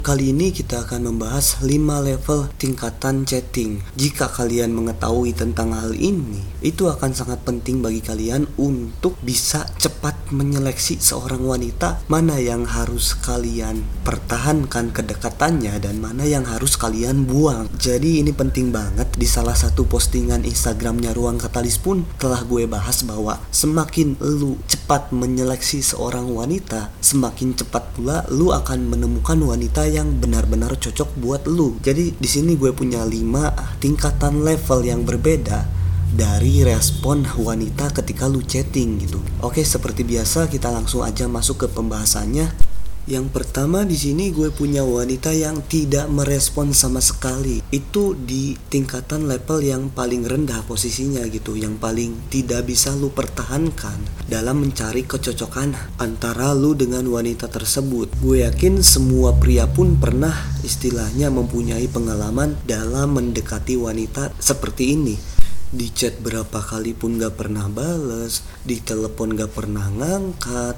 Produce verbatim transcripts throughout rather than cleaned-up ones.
Kali ini kita akan membahas lima level tingkatan chatting. Jika kalian mengetahui tentang hal ini, itu akan sangat penting bagi kalian untuk bisa cepat menyeleksi seorang wanita, mana yang harus kalian pertahankan kedekatannya dan mana yang harus kalian buang. Jadi ini penting banget. Di salah satu postingan Instagramnya Ruang Katalis pun telah gue bahas bahwa semakin lu cepat menyeleksi seorang wanita, semakin cepat pula lu akan menemukan wanita yang benar-benar cocok buat lu. Jadi di sini gue punya lima tingkatan level yang berbeda dari respon wanita ketika lu chatting gitu. Oke, seperti biasa kita langsung aja masuk ke pembahasannya. Yang pertama di sini gue punya wanita yang tidak merespon sama sekali. Itu di tingkatan level yang paling rendah posisinya gitu, yang paling tidak bisa lu pertahankan dalam mencari kecocokan antara lu dengan wanita tersebut. Gue yakin semua pria pun pernah istilahnya mempunyai pengalaman dalam mendekati wanita seperti ini. Di chat berapa kali pun gak pernah bales, di telepon gak pernah ngangkat,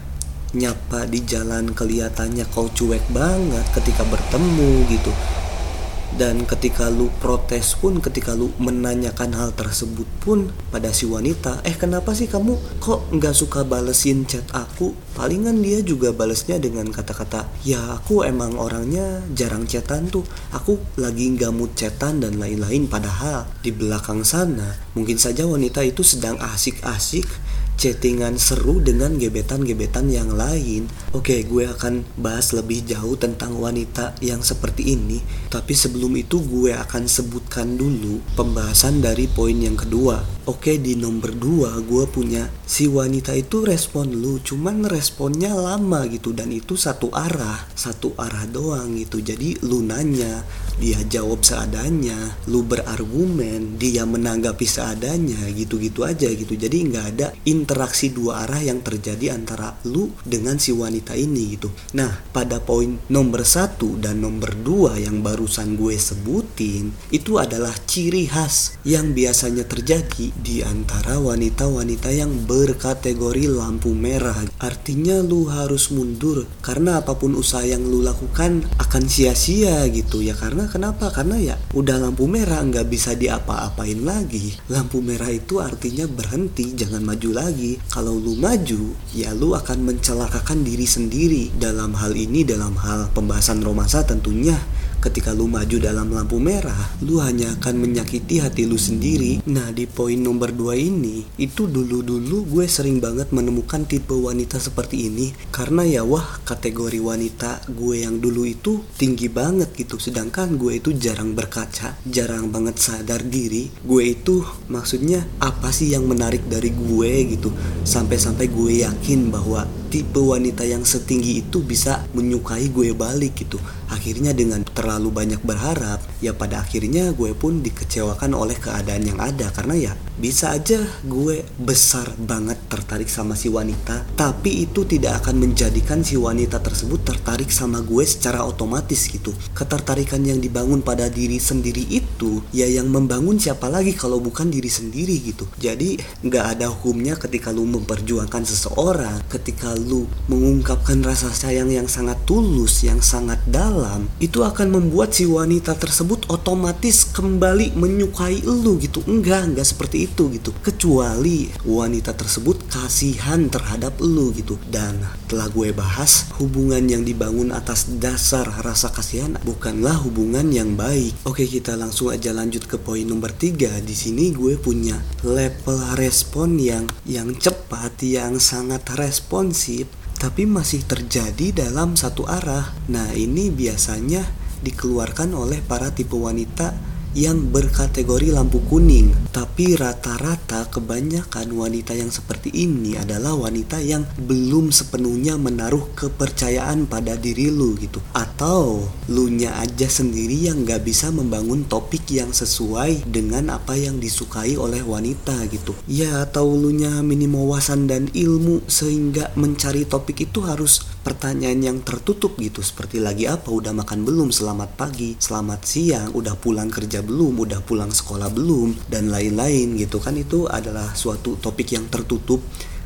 nyapa di jalan kelihatannya kau cuek banget ketika bertemu gitu. Dan ketika lu protes pun, ketika lu menanyakan hal tersebut pun pada si wanita, eh kenapa sih kamu kok gak suka balesin chat aku? Palingan dia juga balesnya dengan kata-kata, ya aku emang orangnya jarang chatan tuh, aku lagi gak mood chatan dan lain-lain. Padahal di belakang sana mungkin saja wanita itu sedang asik-asik chattingan seru dengan gebetan-gebetan yang lain. Oke, gue akan bahas lebih jauh tentang wanita yang seperti ini. Tapi sebelum itu gue akan sebutkan dulu pembahasan dari poin yang kedua. Oke, di nomor dua gue punya si wanita itu respon lu, cuman responnya lama gitu. Dan itu satu arah, satu arah doang gitu. Jadi lu nanya, dia jawab seadanya, lu berargumen, dia menanggapi seadanya, gitu-gitu aja gitu. Jadi gak ada interaksi dua arah yang terjadi antara lu dengan si wanita ini gitu. Nah, pada poin nomor satu dan nomor dua yang barusan gue sebutin, itu adalah ciri khas yang biasanya terjadi di antara wanita-wanita yang berkategori lampu merah. Artinya lu harus mundur, karena apapun usaha yang lu lakukan akan sia-sia gitu ya. Karena kenapa? Karena ya udah lampu merah, nggak bisa diapa-apain lagi. Lampu merah itu artinya berhenti, jangan maju lagi. Kalau lu maju, ya lu akan mencelakakan diri sendiri. Dalam hal ini, dalam hal pembahasan romansa tentunya, ketika lu maju dalam lampu merah, lu hanya akan menyakiti hati lu sendiri. Nah, di poin nomor dua ini, itu dulu-dulu gue sering banget menemukan tipe wanita seperti ini. Karena ya wah, kategori wanita gue yang dulu itu tinggi banget gitu. Sedangkan gue itu jarang berkaca, jarang banget sadar diri. Gue itu maksudnya apa sih yang menarik dari gue gitu. Sampai-sampai gue yakin bahwa tipe wanita yang setinggi itu bisa menyukai gue balik gitu. Akhirnya dengan terlalu banyak berharap, ya pada akhirnya gue pun dikecewakan oleh keadaan yang ada. Karena ya bisa aja gue besar banget tertarik sama si wanita, tapi itu tidak akan menjadikan si wanita tersebut tertarik sama gue secara otomatis gitu. Ketertarikan yang dibangun pada diri sendiri itu, ya yang membangun siapa lagi kalau bukan diri sendiri gitu. Jadi gak ada hukumnya ketika lu memperjuangkan seseorang, ketika lu mengungkapkan rasa sayang yang sangat tulus, yang sangat dalam, itu akan membuat si wanita tersebut otomatis kembali menyukai lu gitu. Enggak, enggak seperti itu gitu. Kecuali wanita tersebut kasihan terhadap lu gitu. Dan telah gue bahas, hubungan yang dibangun atas dasar rasa kasihan bukanlah hubungan yang baik. Oke, kita langsung aja lanjut ke poin nomor tiga. Di sini gue punya level respon yang yang cepat, yang sangat responsif, tapi masih terjadi dalam satu arah. Nah, ini biasanya dikeluarkan oleh para tipe wanita yang berkategori lampu kuning. Tapi rata-rata kebanyakan wanita yang seperti ini adalah wanita yang belum sepenuhnya menaruh kepercayaan pada diri lu gitu. Atau lu nya aja sendiri yang gak bisa membangun topik yang sesuai dengan apa yang disukai oleh wanita gitu. Ya, atau lu nya minim wawasan dan ilmu sehingga mencari topik itu harus pertanyaan yang tertutup gitu. Seperti lagi apa, udah makan belum, selamat pagi, selamat siang, udah pulang kerja belum, udah pulang sekolah belum, dan lain-lain gitu kan. Itu adalah suatu topik yang tertutup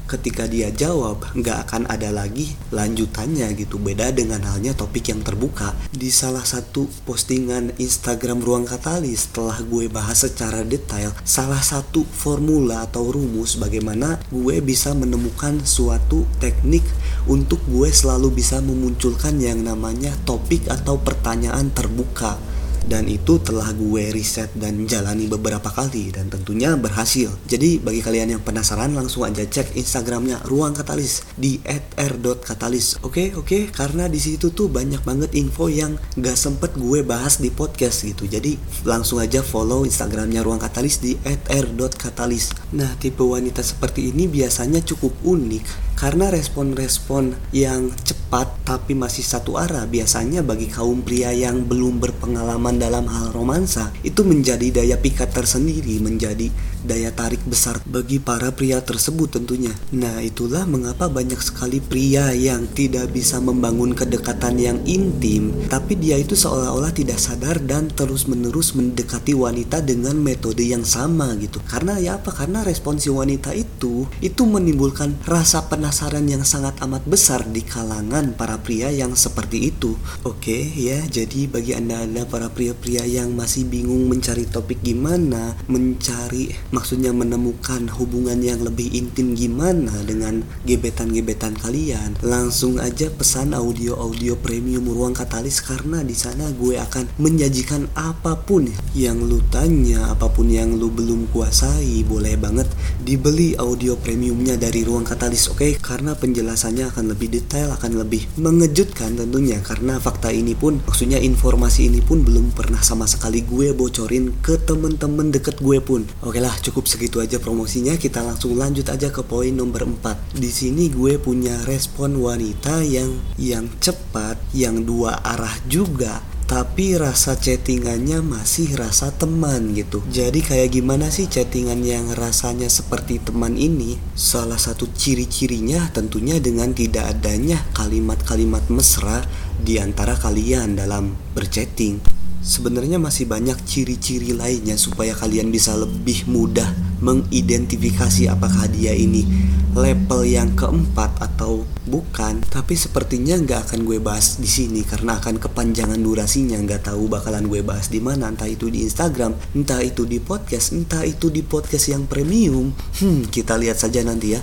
ketika dia jawab nggak akan ada lagi lanjutannya gitu. Beda dengan halnya topik yang terbuka. Di salah satu postingan Instagram Ruang Katalis setelah gue bahas secara detail salah satu formula atau rumus bagaimana gue bisa menemukan suatu teknik untuk gue selalu bisa memunculkan yang namanya topik atau pertanyaan terbuka. Dan itu telah gue riset dan jalani beberapa kali dan tentunya berhasil. Jadi bagi kalian yang penasaran langsung aja cek Instagramnya Ruang Katalis di et r dot katalis. Oke oke karena di situ tuh banyak banget info yang gak sempet gue bahas di podcast gitu. Jadi langsung aja follow Instagramnya Ruang Katalis di et r dot katalis. Nah tipe wanita seperti ini biasanya cukup unik karena respon-respon yang cepat tapi masih satu arah biasanya bagi kaum pria yang belum berpengalaman dalam hal romansa itu menjadi daya pikat tersendiri, menjadi daya tarik besar bagi para pria tersebut tentunya. Nah itulah mengapa banyak sekali pria yang tidak bisa membangun kedekatan yang intim, tapi dia itu seolah-olah tidak sadar dan terus-menerus mendekati wanita dengan metode yang sama gitu. Karena ya apa? Karena respon si wanita itu itu menimbulkan rasa penasaran yang sangat amat besar di kalangan para pria yang seperti itu. Oke ya, jadi bagi anda-anda para pria-pria yang masih bingung mencari topik gimana, mencari maksudnya menemukan hubungan yang lebih intim gimana dengan gebetan-gebetan kalian, langsung aja pesan audio-audio premium Ruang Katalis karena di sana gue akan menyajikan apapun yang lu tanya, apapun yang lu belum kuasai, boleh banget dibeli audio premiumnya dari Ruang Katalis, oke? Okay? Karena penjelasannya akan lebih detail, akan lebih mengejutkan tentunya karena fakta ini pun, maksudnya informasi ini pun belum pernah sama sekali gue bocorin ke temen-temen deket gue pun. Oke lah, cukup segitu aja promosinya. Kita langsung lanjut aja ke poin nomor empat. Di sini gue punya respon wanita yang yang cepat, yang dua arah juga, tapi rasa chattingannya masih rasa teman gitu. Jadi kayak gimana sih chattingan yang rasanya seperti teman ini? Salah satu ciri-cirinya tentunya dengan tidak adanya kalimat-kalimat mesra di antara kalian dalam berchatting. Sebenarnya masih banyak ciri-ciri lainnya supaya kalian bisa lebih mudah mengidentifikasi apakah dia ini level yang keempat atau bukan. Tapi sepertinya nggak akan gue bahas di sini karena akan kepanjangan durasinya. Nggak tahu bakalan gue bahas di mana, entah itu di Instagram, entah itu di podcast, entah itu di podcast yang premium. Hmm, kita lihat saja nanti ya.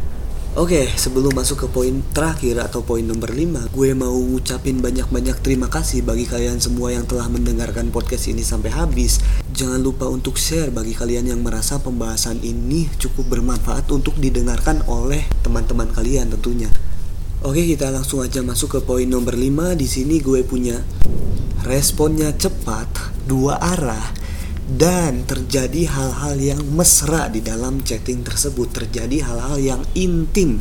Oke, sebelum masuk ke poin terakhir atau poin nomor lima, gue mau ngucapin banyak-banyak terima kasih bagi kalian semua yang telah mendengarkan podcast ini sampai habis. Jangan lupa untuk share bagi kalian yang merasa pembahasan ini cukup bermanfaat untuk didengarkan oleh teman-teman kalian tentunya. Oke, kita langsung aja masuk ke poin nomor lima. Di sini gue punya responnya cepat, dua arah, dan terjadi hal-hal yang mesra di dalam chatting tersebut, terjadi hal-hal yang intim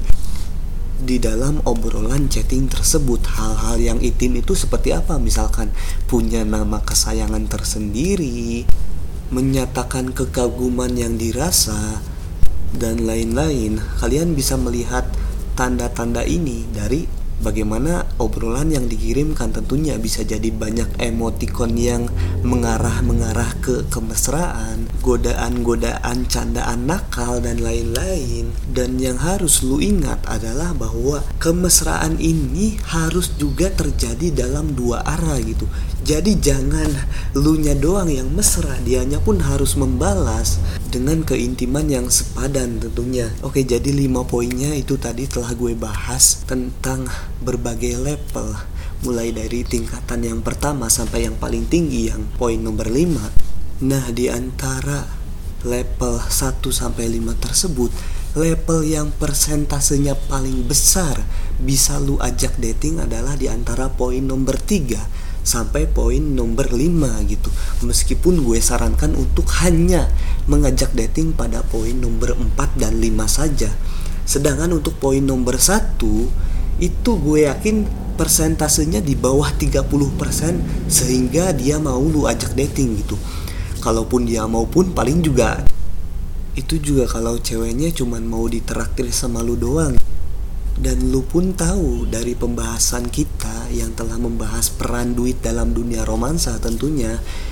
di dalam obrolan chatting tersebut. Hal-hal yang intim itu seperti apa? Misalkan punya nama kesayangan tersendiri, menyatakan kekaguman yang dirasa, dan lain-lain. Kalian bisa melihat tanda-tanda ini dari bagaimana obrolan yang dikirimkan. Tentunya bisa jadi banyak emotikon yang mengarah-mengarah ke kemesraan, godaan-godaan, candaan nakal, dan lain-lain. Dan yang harus lu ingat adalah bahwa kemesraan ini harus juga terjadi dalam dua arah gitu. Jadi jangan lu nya doang yang mesra, dianya pun harus membalas dengan keintiman yang sepadan tentunya. Oke, jadi lima poinnya itu tadi telah gue bahas tentang berbagai level, mulai dari tingkatan yang pertama sampai yang paling tinggi yang poin nomor lima. Nah, di antara level satu sampai lima tersebut, level yang persentasenya paling besar bisa lu ajak dating adalah di antara poin nomor tiga sampai poin nomor lima gitu. Meskipun gue sarankan untuk hanya mengajak dating pada poin nomor empat dan lima saja. Sedangkan untuk poin nomor satu itu gue yakin persentasenya di bawah tiga puluh persen sehingga dia mau lu ajak dating gitu. Kalaupun dia mau pun paling juga itu juga kalau ceweknya cuman mau ditraktir sama lu doang. Dan lu pun tahu dari pembahasan kita yang telah membahas peran duit dalam dunia romansa tentunya,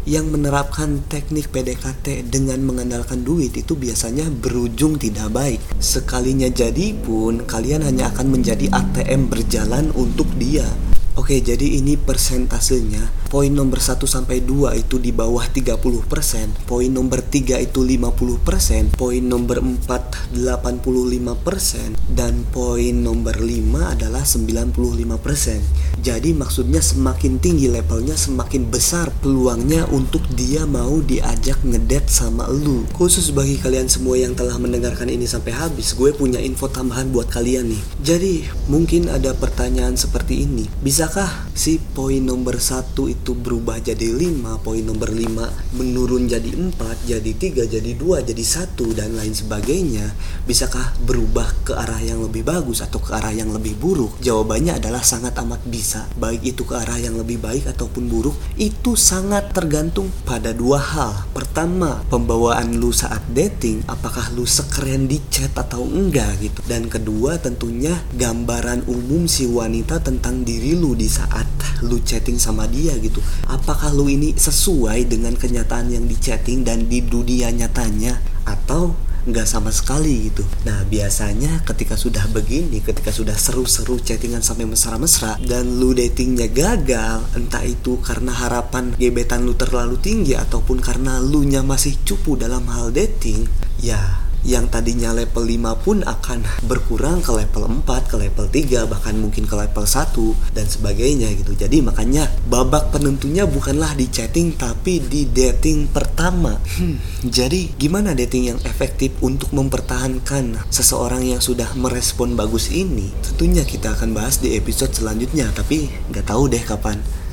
yang menerapkan teknik P D K T dengan mengandalkan duit itu biasanya berujung tidak baik. Sekalinya jadi pun kalian hanya akan menjadi A T M berjalan untuk dia. Oke, jadi ini persentasenya. Poin nomor satu sampai dua itu di bawah tiga puluh persen. Poin nomor tiga itu lima puluh persen. Poin nomor empat delapan puluh lima persen. Dan poin nomor lima adalah sembilan puluh lima persen. Jadi maksudnya semakin tinggi levelnya, semakin besar peluangnya untuk dia mau diajak ngedate sama lu. Khusus bagi kalian semua yang telah mendengarkan ini sampai habis, gue punya info tambahan buat kalian nih. Jadi mungkin ada pertanyaan seperti ini. Bisa Bisakah si poin nomor satu itu berubah jadi lima, poin nomor lima menurun jadi empat, jadi tiga, jadi dua, jadi satu, dan lain sebagainya? Bisakah berubah ke arah yang lebih bagus atau ke arah yang lebih buruk? Jawabannya adalah sangat amat bisa. Baik itu ke arah yang lebih baik ataupun buruk, itu sangat tergantung pada dua hal. Pertama, pembawaan lu saat dating, apakah lu sekeren di chat atau enggak gitu. Dan kedua, tentunya gambaran umum si wanita tentang diri lu di saat lu chatting sama dia gitu. Apakah lu ini sesuai dengan kenyataan yang di chatting dan di dunia nyatanya, atau nggak sama sekali gitu. Nah biasanya ketika sudah begini, ketika sudah seru-seru chattingan sampai mesra-mesra dan lu datingnya gagal, entah itu karena harapan gebetan lu terlalu tinggi ataupun karena lu nya masih cupu dalam hal dating, ya yang tadinya level lima pun akan berkurang ke level empat, ke level tiga, bahkan mungkin ke level satu dan sebagainya gitu. Jadi makanya babak penentunya bukanlah di chatting tapi di dating pertama. hmm, Jadi gimana dating yang efektif untuk mempertahankan seseorang yang sudah merespon bagus ini? Tentunya kita akan bahas di episode selanjutnya, tapi gak tahu deh kapan.